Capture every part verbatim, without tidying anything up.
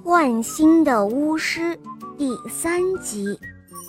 换新的巫师第三集。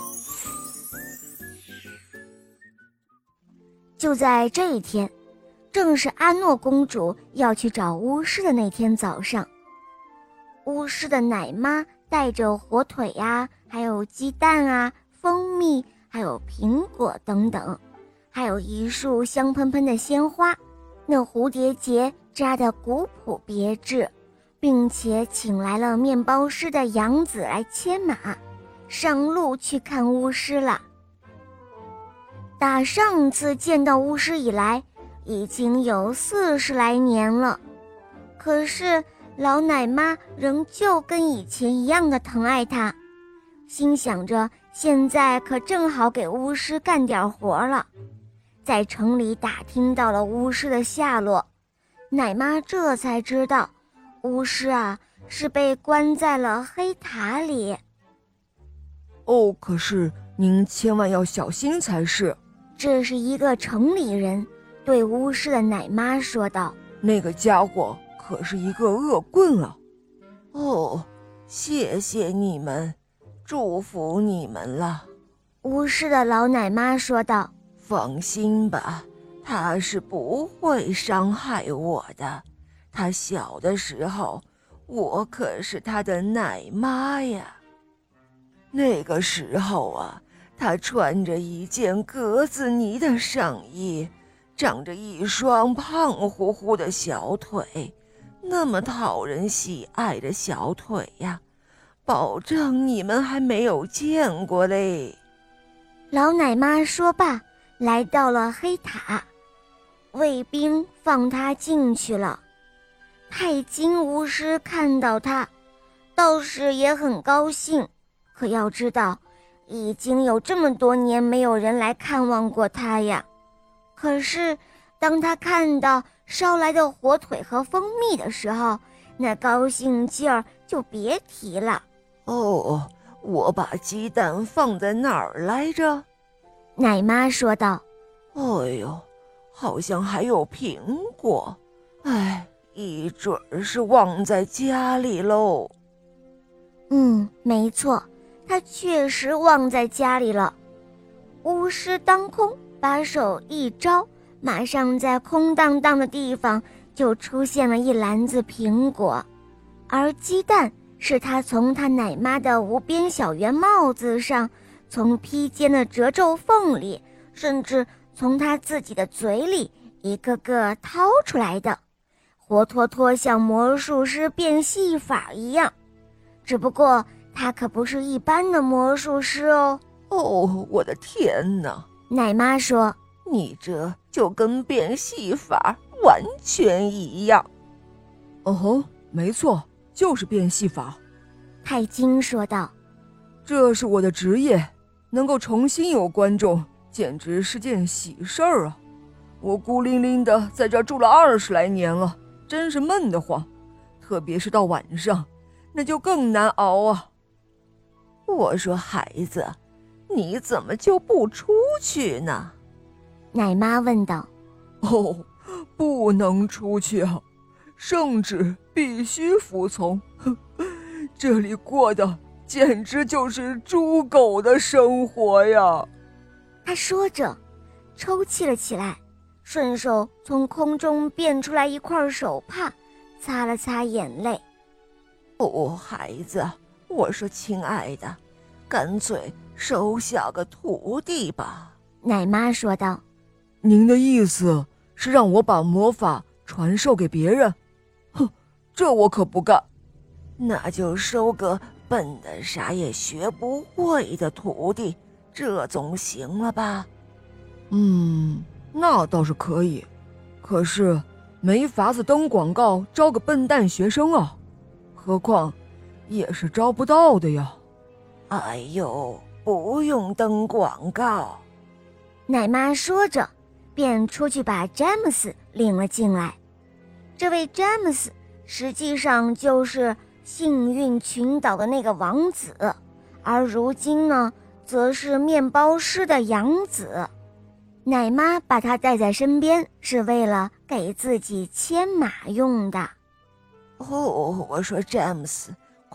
就在这一天，正是阿诺公主要去找巫师的那天早上，巫师的奶妈带着火腿呀、啊，还有鸡蛋啊、蜂蜜，还有苹果等等，还有一束香喷喷的鲜花，那蝴蝶结扎得古朴别致，并且请来了面包师的养子来牵马，上路去看巫师了。打上次见到巫师以来，已经有四十来年了，可是老奶妈仍旧跟以前一样的疼爱他，心想着现在可正好给巫师干点活了。在城里打听到了巫师的下落，奶妈这才知道巫师啊是被关在了黑塔里。 哦，可是您千万要小心才是。 这是一个城里人对巫师的奶妈说道， 那个家伙可是一个恶棍啊。 哦，谢谢你们，祝福你们了。 巫师的老奶妈说道， 放心吧，他是不会伤害我的。他小的时候，我可是他的奶妈呀。那个时候啊，他穿着一件格子呢的上衣，长着一双胖乎乎的小腿，那么讨人喜爱的小腿呀，保证你们还没有见过嘞。 老奶妈说罢，来到了黑塔，卫兵放他进去了。太金巫师看到他，倒是也很高兴，可要知道已经有这么多年没有人来看望过他呀。可是当他看到烧来的火腿和蜂蜜的时候，那高兴劲儿就别提了。 哦，我把鸡蛋放在哪儿来着？ 奶妈说道。 哎呦，好像还有苹果，哎，一准儿是忘在家里喽。 嗯，没错，他确实忘在家里了。巫师当空，把手一招，马上在空荡荡的地方就出现了一篮子苹果，而鸡蛋是他从他奶妈的无边小圆帽子上，从披肩的褶皱缝里，甚至从他自己的嘴里一个个掏出来的，活脱脱像魔术师变戏法一样。只不过他可不是一般的魔术师哦。 哦，我的天哪！ 奶妈说， 你这就跟变戏法完全一样。 哦吼，没错，就是变戏法。 太金说道， 这是我的职业，能够重新有观众，简直是件喜事儿啊！我孤零零的在这儿住了二十来年了，真是闷得慌，特别是到晚上，那就更难熬啊。 我说孩子，你怎么就不出去呢？ 奶妈问道。 哦，不能出去啊，圣旨必须服从。这里过的简直就是猪狗的生活呀。 他说着抽泣了起来，顺手从空中变出来一块手帕，擦了擦眼泪。 哦，孩子，我说亲爱的，干脆收下个徒弟吧。 奶妈说道。 您的意思是让我把魔法传授给别人？哼，这我可不干。 那就收个笨的啥也学不会的徒弟，这总行了吧？ 嗯，那倒是可以，可是没法子登广告招个笨蛋学生啊，何况也是招不到的呀。 哎呦，不用登广告。 奶妈说着便出去把詹姆斯领了进来。这位詹姆斯实际上就是幸运群岛的那个王子，而如今呢，则是面包师的养子。奶妈把他带在身边，是为了给自己牵马用的。 哦，我说詹姆斯，快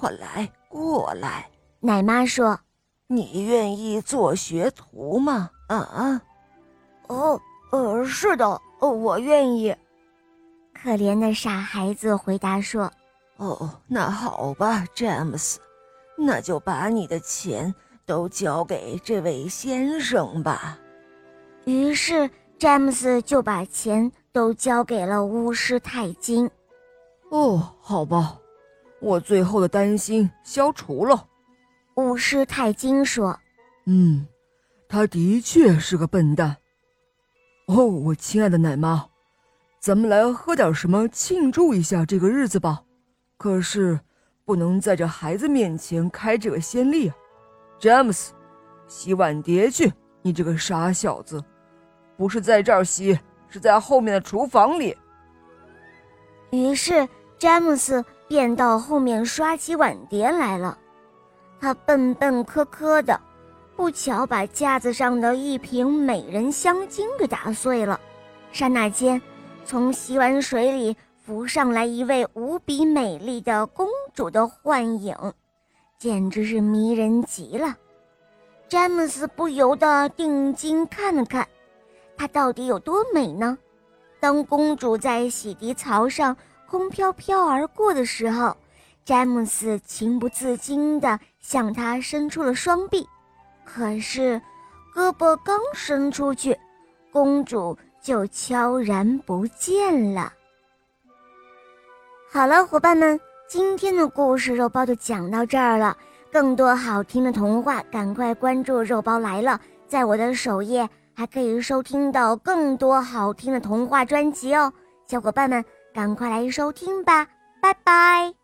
快来，过来。 奶妈说：“ 你愿意做学徒吗？啊？”“ 哦，呃，是的，哦，我愿意。”可怜的傻孩子回答说：“ 哦，那好吧，詹姆斯，那就把你的钱都交给这位先生吧。” 于是詹姆斯就把钱都交给了巫师泰金。 哦，好吧，我最后的担心消除了。 巫师泰金说：“ 嗯，他的确是个笨蛋。哦，我亲爱的奶妈，咱们来喝点什么庆祝一下这个日子吧。可是不能在这孩子面前开这个先例啊。詹姆斯，洗碗碟去，你这个傻小子。不是在这儿洗，是在后面的厨房里。” 于是詹姆斯便到后面刷起碗碟来了。他笨笨磕磕的，不巧把架子上的一瓶美人香精给打碎了。刹那间，从洗碗水里浮上来一位无比美丽的公主的幻影，简直是迷人极了。詹姆斯不由得定睛看了看，她到底有多美呢？当公主在洗涤槽上空飘飘而过的时候，詹姆斯情不自禁地向她伸出了双臂，可是胳膊刚伸出去，公主就悄然不见了。好了，伙伴们，今天的故事肉包就讲到这儿了。更多好听的童话，赶快关注肉包来了，在我的首页还可以收听到更多好听的童话专辑哦。小伙伴们，赶快来收听吧，拜拜。